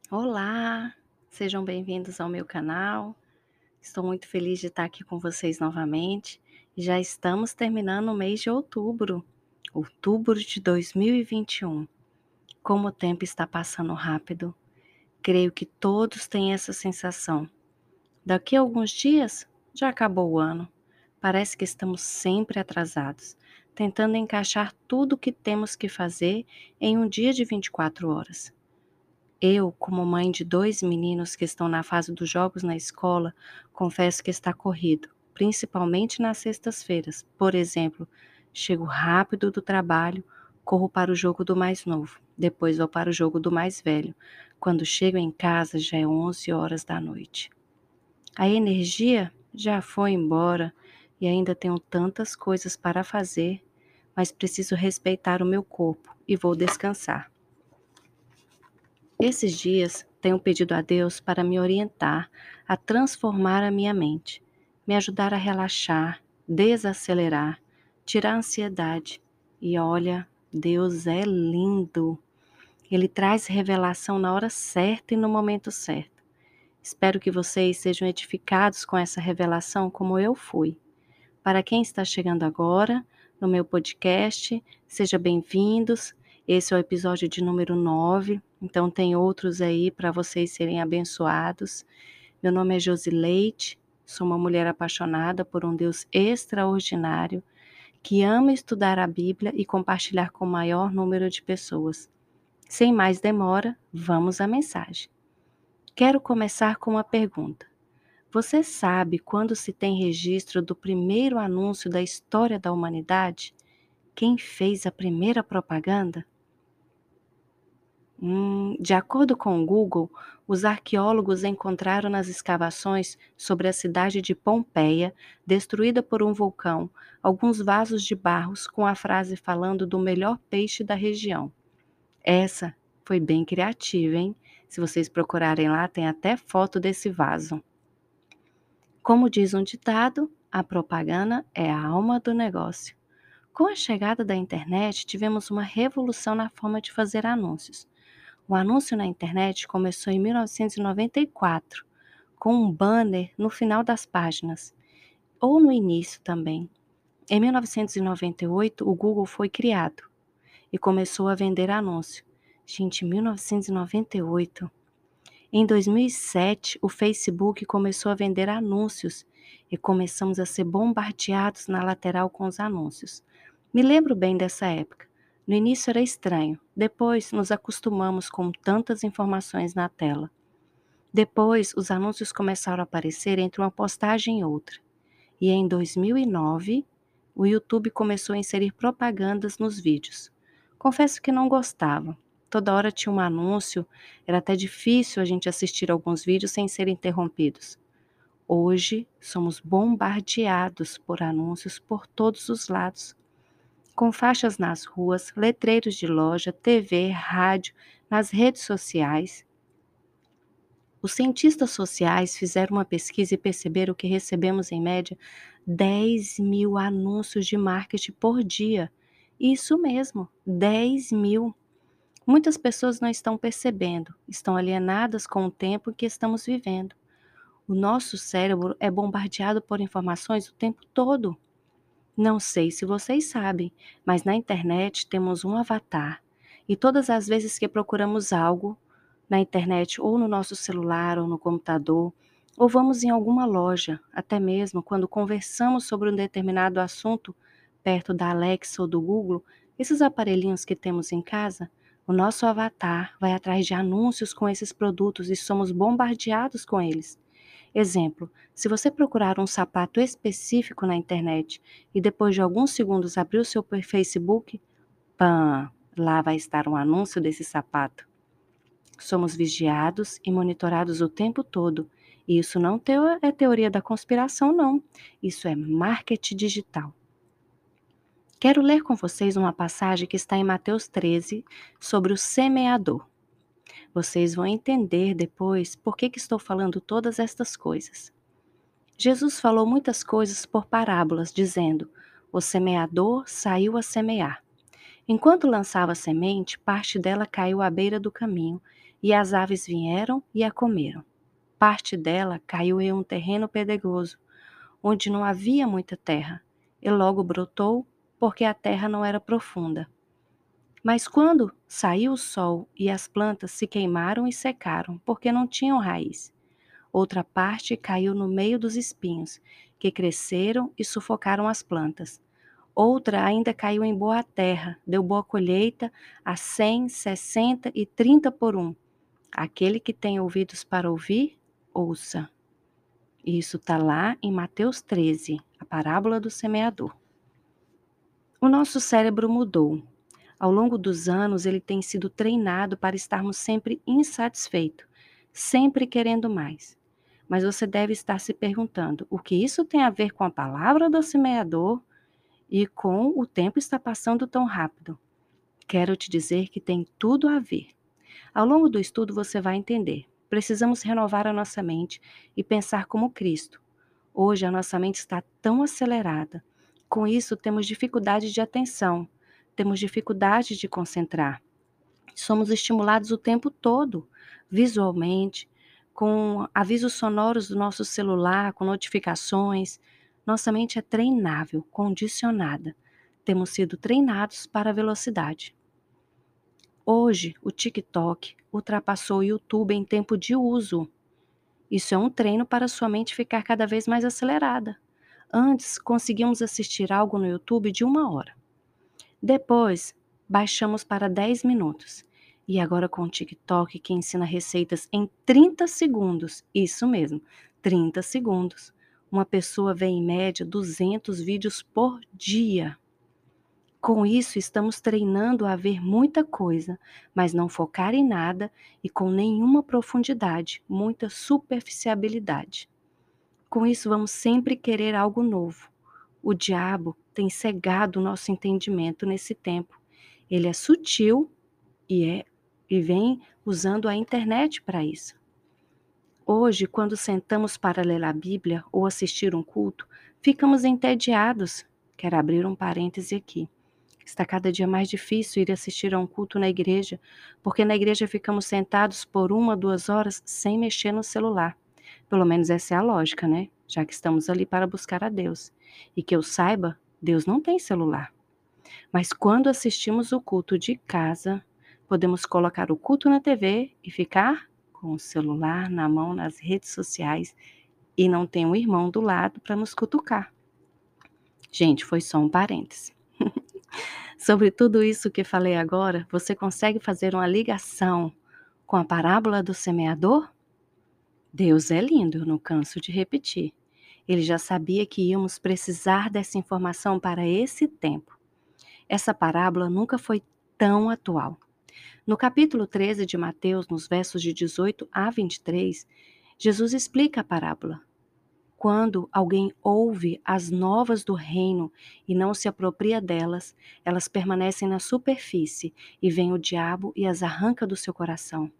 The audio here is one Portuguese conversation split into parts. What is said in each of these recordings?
Olá, sejam bem-vindos ao meu canal. Estou muito feliz de estar aqui com vocês novamente. Já estamos terminando o mês de outubro, outubro de 2021. Como o tempo está passando rápido, creio que todos têm essa sensação. Daqui a alguns dias já acabou o ano. Parece que estamos sempre atrasados, tentando encaixar tudo o que temos que fazer em um dia de 24 horas. Eu, como mãe de 2 meninos que estão na fase dos jogos na escola, confesso que está corrido, principalmente nas sextas-feiras. Por exemplo, chego rápido do trabalho, corro para o jogo do mais novo, depois vou para o jogo do mais velho. Quando chego em casa já é 11 horas da noite. A energia já foi embora e ainda tenho tantas coisas para fazer, mas preciso respeitar o meu corpo e vou descansar. Esses dias tenho pedido a Deus para me orientar a transformar a minha mente, me ajudar a relaxar, desacelerar, tirar a ansiedade. E olha, Deus é lindo. Ele traz revelação na hora certa e no momento certo. Espero que vocês sejam edificados com essa revelação como eu fui. Para quem está chegando agora no meu podcast, sejam bem-vindos. Esse é o episódio de número 9, então tem outros aí para vocês serem abençoados. Meu nome é Josi Leite, sou uma mulher apaixonada por um Deus extraordinário que ama estudar a Bíblia e compartilhar com o maior número de pessoas. Sem mais demora, vamos à mensagem. Quero começar com uma pergunta. Você sabe quando se tem registro do primeiro anúncio da história da humanidade? Quem fez a primeira propaganda? De acordo com o Google, os arqueólogos encontraram nas escavações sobre a cidade de Pompeia, destruída por um vulcão, alguns vasos de barros com a frase falando do melhor peixe da região. Essa foi bem criativa, hein? Se vocês procurarem lá, tem até foto desse vaso. Como diz um ditado, a propaganda é a alma do negócio. Com a chegada da internet, tivemos uma revolução na forma de fazer anúncios. O anúncio na internet começou em 1994, com um banner no final das páginas, ou no início também. Em 1998, o Google foi criado e começou a vender anúncio. Gente, 1998. Em 2007, o Facebook começou a vender anúncios e começamos a ser bombardeados na lateral com os anúncios. Me lembro bem dessa época. No início era estranho, depois nos acostumamos com tantas informações na tela. Depois, os anúncios começaram a aparecer entre uma postagem e outra. E em 2009, o YouTube começou a inserir propagandas nos vídeos. Confesso que não gostava. Toda hora tinha um anúncio, era até difícil a gente assistir alguns vídeos sem ser interrompidos. Hoje, somos bombardeados por anúncios por todos os lados, com faixas nas ruas, letreiros de loja, TV, rádio, nas redes sociais. Os cientistas sociais fizeram uma pesquisa e perceberam que recebemos, em média, 10 mil anúncios de marketing por dia. Isso mesmo, 10 mil. Muitas pessoas não estão percebendo, estão alienadas com o tempo que estamos vivendo. O nosso cérebro é bombardeado por informações o tempo todo. Não sei se vocês sabem, mas na internet temos um avatar. E todas as vezes que procuramos algo na internet, ou no nosso celular, ou no computador, ou vamos em alguma loja, até mesmo quando conversamos sobre um determinado assunto perto da Alexa ou do Google, esses aparelhinhos que temos em casa, o nosso avatar vai atrás de anúncios com esses produtos e somos bombardeados com eles. Exemplo, se você procurar um sapato específico na internet e depois de alguns segundos abrir o seu Facebook, pã, lá vai estar um anúncio desse sapato. Somos vigiados e monitorados o tempo todo. E isso não é teoria da conspiração, não. Isso é marketing digital. Quero ler com vocês uma passagem que está em Mateus 13 sobre o semeador. Vocês vão entender depois por que estou falando todas estas coisas. Jesus falou muitas coisas por parábolas, dizendo: o semeador saiu a semear. Enquanto lançava a semente, parte dela caiu à beira do caminho, e as aves vieram e a comeram. Parte dela caiu em um terreno pedregoso, onde não havia muita terra, e logo brotou, porque a terra não era profunda. Mas quando saiu o sol e as plantas se queimaram e secaram, porque não tinham raiz. Outra parte caiu no meio dos espinhos, que cresceram e sufocaram as plantas. Outra ainda caiu em boa terra, deu boa colheita a 100, 60 e 30 por um. Aquele que tem ouvidos para ouvir, ouça. Isso está lá em Mateus 13, a parábola do semeador. O nosso cérebro mudou. Ao longo dos anos, ele tem sido treinado para estarmos sempre insatisfeitos, sempre querendo mais. Mas você deve estar se perguntando, o que isso tem a ver com a palavra do semeador e com o tempo está passando tão rápido? Quero te dizer que tem tudo a ver. Ao longo do estudo você vai entender. Precisamos renovar a nossa mente e pensar como Cristo. Hoje a nossa mente está tão acelerada. Com isso temos dificuldade de atenção, temos dificuldade de concentrar. Somos estimulados o tempo todo, visualmente, com avisos sonoros do nosso celular, com notificações. Nossa mente é treinável, condicionada. Temos sido treinados para a velocidade. Hoje, o TikTok ultrapassou o YouTube em tempo de uso. Isso é um treino para sua mente ficar cada vez mais acelerada. Antes, conseguíamos assistir algo no YouTube de 1 hora. Depois, baixamos para 10 minutos. E agora com o TikTok, que ensina receitas em 30 segundos. Isso mesmo, 30 segundos. Uma pessoa vê em média 200 vídeos por dia. Com isso, estamos treinando a ver muita coisa, mas não focar em nada e com nenhuma profundidade, muita superficialidade. Com isso, vamos sempre querer algo novo. O diabo tem cegado o nosso entendimento nesse tempo. Ele é sutil e vem usando a internet para isso. Hoje, quando sentamos para ler a Bíblia ou assistir um culto, ficamos entediados. Quero abrir um parêntese aqui. Está cada dia mais difícil ir assistir a um culto na igreja, porque na igreja ficamos sentados por 1, 2 horas sem mexer no celular. Pelo menos essa é a lógica, né? Já que estamos ali para buscar a Deus. E que eu saiba, Deus não tem celular. Mas quando assistimos o culto de casa, podemos colocar o culto na TV e ficar com o celular na mão nas redes sociais e não tem um irmão do lado para nos cutucar. Gente, foi só um parêntese. Sobre tudo isso que falei agora, você consegue fazer uma ligação com a parábola do semeador? Deus é lindo, eu não canso de repetir. Ele já sabia que íamos precisar dessa informação para esse tempo. Essa parábola nunca foi tão atual. No capítulo 13 de Mateus, nos versos de 18 a 23, Jesus explica a parábola. Quando alguém ouve as novas do reino e não se apropria delas, elas permanecem na superfície e vem o diabo e as arranca do seu coração.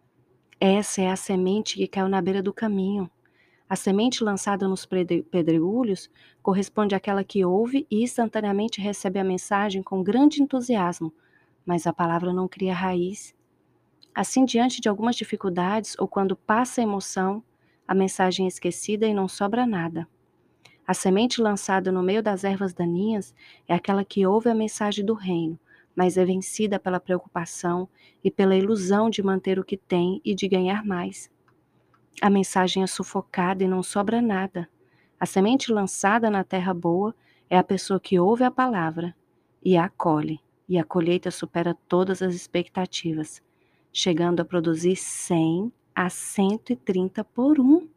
Essa é a semente que caiu na beira do caminho. A semente lançada nos pedregulhos corresponde àquela que ouve e instantaneamente recebe a mensagem com grande entusiasmo, mas a palavra não cria raiz. Assim, diante de algumas dificuldades ou quando passa a emoção, a mensagem é esquecida e não sobra nada. A semente lançada no meio das ervas daninhas é aquela que ouve a mensagem do reino, mas é vencida pela preocupação e pela ilusão de manter o que tem e de ganhar mais. A mensagem é sufocada e não sobra nada. A semente lançada na terra boa é a pessoa que ouve a palavra e a acolhe, e a colheita supera todas as expectativas, chegando a produzir 100 a 130 por um.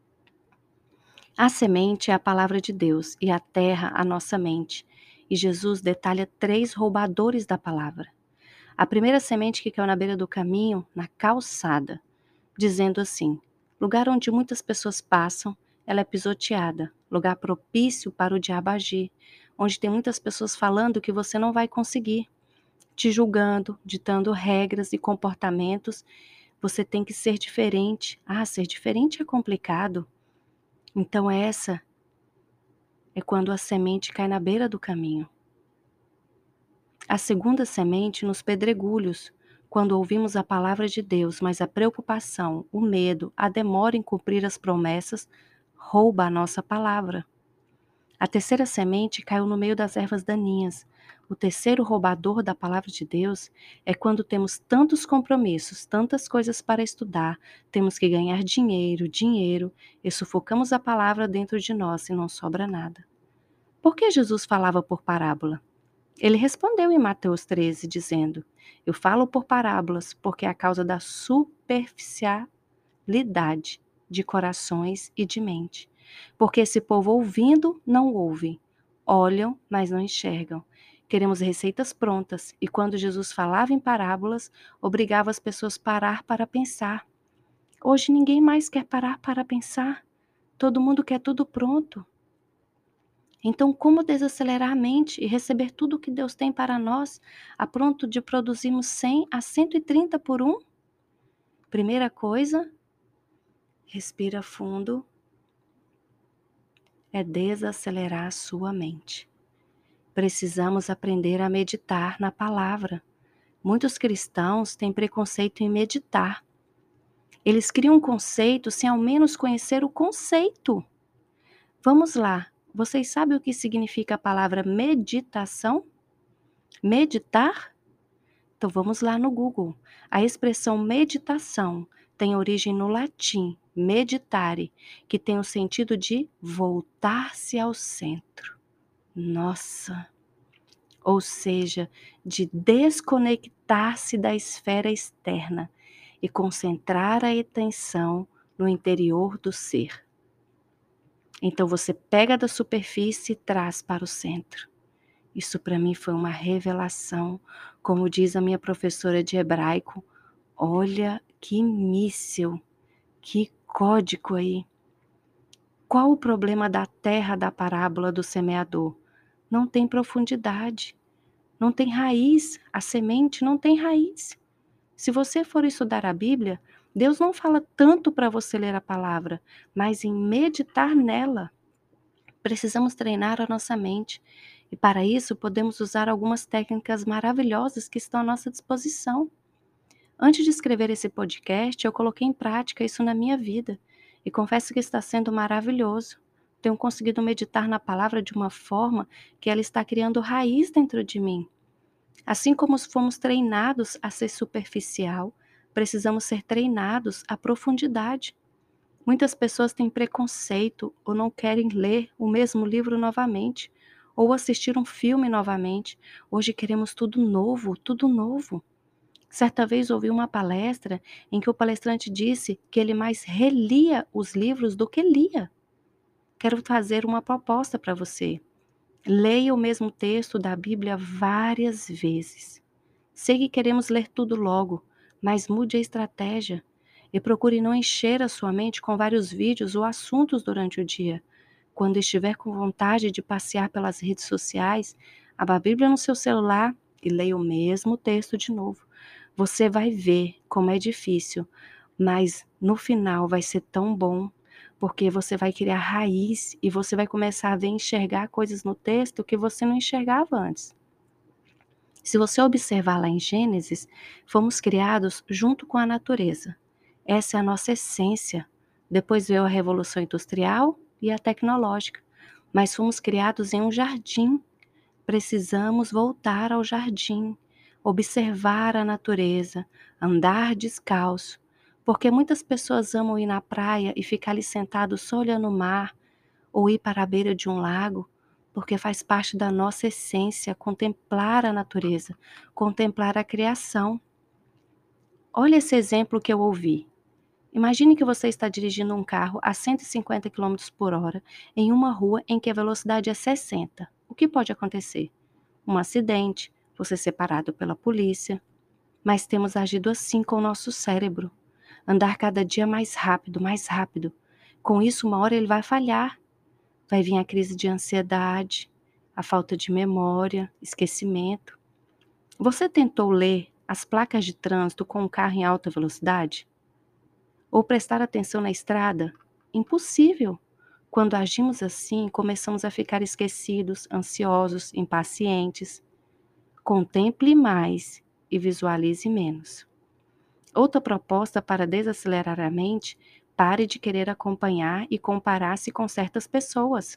A semente é a palavra de Deus e a terra a nossa mente. E Jesus detalha 3 roubadores da palavra. A primeira semente que caiu na beira do caminho, na calçada, dizendo assim: lugar onde muitas pessoas passam, ela é pisoteada, lugar propício para o diabo agir, onde tem muitas pessoas falando que você não vai conseguir, te julgando, ditando regras e comportamentos. Você tem que ser diferente. Ah, ser diferente é complicado. Então essa é quando a semente cai na beira do caminho. A segunda semente nos pedregulhos, quando ouvimos a palavra de Deus, mas a preocupação, o medo, a demora em cumprir as promessas, rouba a nossa palavra. A terceira semente caiu no meio das ervas daninhas. O terceiro roubador da palavra de Deus é quando temos tantos compromissos, tantas coisas para estudar, temos que ganhar dinheiro, e sufocamos a palavra dentro de nós e não sobra nada. Por que Jesus falava por parábola? Ele respondeu em Mateus 13, dizendo: Eu falo por parábolas, porque é a causa da superficialidade de corações e de mente. Porque esse povo ouvindo, não ouve. Olham, mas não enxergam. Queremos receitas prontas, e quando Jesus falava em parábolas, obrigava as pessoas a parar para pensar. Hoje ninguém mais quer parar para pensar. Todo mundo quer tudo pronto. Então, como desacelerar a mente e receber tudo o que Deus tem para nós, a ponto de produzirmos 100 a 130 por um? Primeira coisa, respira fundo, é desacelerar a sua mente. Precisamos aprender a meditar na palavra. Muitos cristãos têm preconceito em meditar. Eles criam um conceito sem ao menos conhecer o conceito. Vamos lá, vocês sabem o que significa a palavra meditação? Meditar? Então vamos lá no Google. A expressão meditação tem origem no latim meditare, que tem o sentido de voltar-se ao centro. Nossa! Ou seja, de desconectar-se da esfera externa e concentrar a atenção no interior do ser. Então você pega da superfície e traz para o centro. Isso para mim foi uma revelação, como diz a minha professora de hebraico, olha que míssil, que código aí. Qual o problema da terra da parábola do semeador? Não tem profundidade, não tem raiz, a semente não tem raiz. Se você for estudar a Bíblia, Deus não fala tanto para você ler a palavra, mas em meditar nela. Precisamos treinar a nossa mente e para isso podemos usar algumas técnicas maravilhosas que estão à nossa disposição. Antes de escrever esse podcast, eu coloquei em prática isso na minha vida e confesso que está sendo maravilhoso. Tenho conseguido meditar na palavra de uma forma que ela está criando raiz dentro de mim. Assim como fomos treinados a ser superficial, precisamos ser treinados à profundidade. Muitas pessoas têm preconceito ou não querem ler o mesmo livro novamente, ou assistir um filme novamente. Hoje queremos tudo novo, tudo novo. Certa vez ouvi uma palestra em que o palestrante disse que ele mais relia os livros do que lia. Quero fazer uma proposta para você. Leia o mesmo texto da Bíblia várias vezes. Sei que queremos ler tudo logo, mas mude a estratégia e procure não encher a sua mente com vários vídeos ou assuntos durante o dia. Quando estiver com vontade de passear pelas redes sociais, abra a Bíblia no seu celular e leia o mesmo texto de novo. Você vai ver como é difícil, mas no final vai ser tão bom, porque você vai criar raiz e você vai começar a ver enxergar coisas no texto que você não enxergava antes. Se você observar lá em Gênesis, fomos criados junto com a natureza. Essa é a nossa essência. Depois veio a Revolução Industrial e a tecnológica. Mas fomos criados em um jardim. Precisamos voltar ao jardim, observar a natureza, andar descalço. Porque muitas pessoas amam ir na praia e ficar ali sentado só olhando o mar, ou ir para a beira de um lago, porque faz parte da nossa essência contemplar a natureza, contemplar a criação. Olha esse exemplo que eu ouvi. Imagine que você está dirigindo um carro a 150 quilômetros por hora em uma rua em que a velocidade é 60. O que pode acontecer? Um acidente, você ser parado pela polícia. Mas temos agido assim com o nosso cérebro. Andar cada dia mais rápido, mais rápido. Com isso, uma hora ele vai falhar. Vai vir a crise de ansiedade, a falta de memória, esquecimento. Você tentou ler as placas de trânsito com um carro em alta velocidade? Ou prestar atenção na estrada? Impossível! Quando agimos assim, começamos a ficar esquecidos, ansiosos, impacientes. Contemple mais e visualize menos. Outra proposta para desacelerar a mente: pare de querer acompanhar e comparar-se com certas pessoas.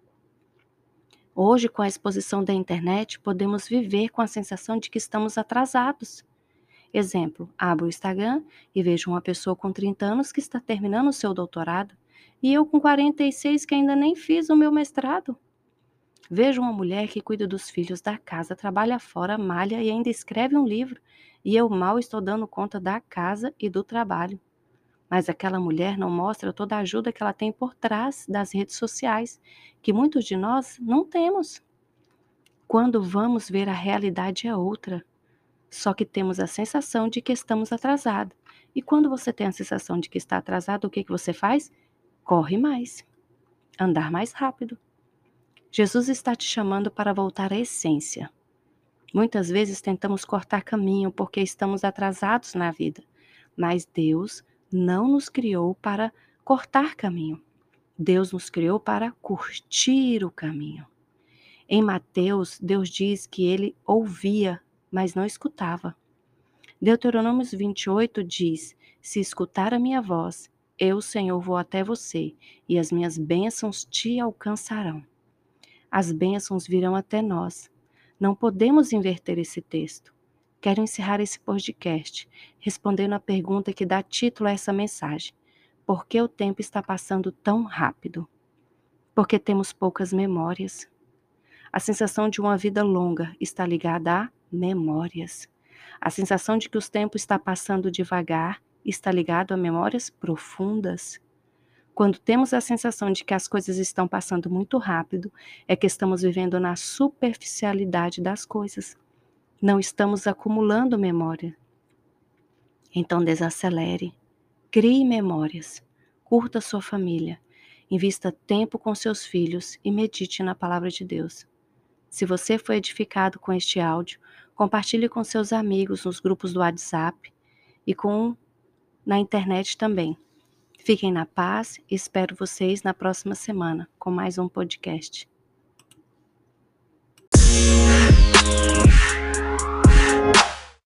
Hoje, com a exposição da internet, podemos viver com a sensação de que estamos atrasados. Exemplo, abro o Instagram e vejo uma pessoa com 30 anos que está terminando o seu doutorado e eu com 46 que ainda nem fiz o meu mestrado. Vejo uma mulher que cuida dos filhos da casa, trabalha fora, malha e ainda escreve um livro, e eu mal estou dando conta da casa e do trabalho. Mas aquela mulher não mostra toda a ajuda que ela tem por trás das redes sociais, que muitos de nós não temos. Quando vamos ver, a realidade é outra. Só que temos a sensação de que estamos atrasados. E quando você tem a sensação de que está atrasado, o que você faz? Corre mais, andar mais rápido. Jesus está te chamando para voltar à essência. Muitas vezes tentamos cortar caminho porque estamos atrasados na vida, mas Deus não nos criou para cortar caminho. Deus nos criou para curtir o caminho. Em Mateus, Deus diz que ele ouvia, mas não escutava. Deuteronômio 28 diz: se escutar a minha voz, eu, Senhor, vou até você, e as minhas bênçãos te alcançarão. As bênçãos virão até nós. Não podemos inverter esse texto. Quero encerrar esse podcast respondendo a pergunta que dá título a essa mensagem: por que o tempo está passando tão rápido? Porque temos poucas memórias. A sensação de uma vida longa está ligada a memórias. A sensação de que o tempo está passando devagar está ligado a memórias profundas. Quando temos a sensação de que as coisas estão passando muito rápido, é que estamos vivendo na superficialidade das coisas. Não estamos acumulando memória. Então desacelere, crie memórias, curta sua família, invista tempo com seus filhos e medite na palavra de Deus. Se você foi edificado com este áudio, compartilhe com seus amigos nos grupos do WhatsApp e na internet também. Fiquem na paz e espero vocês na próxima semana com mais um podcast.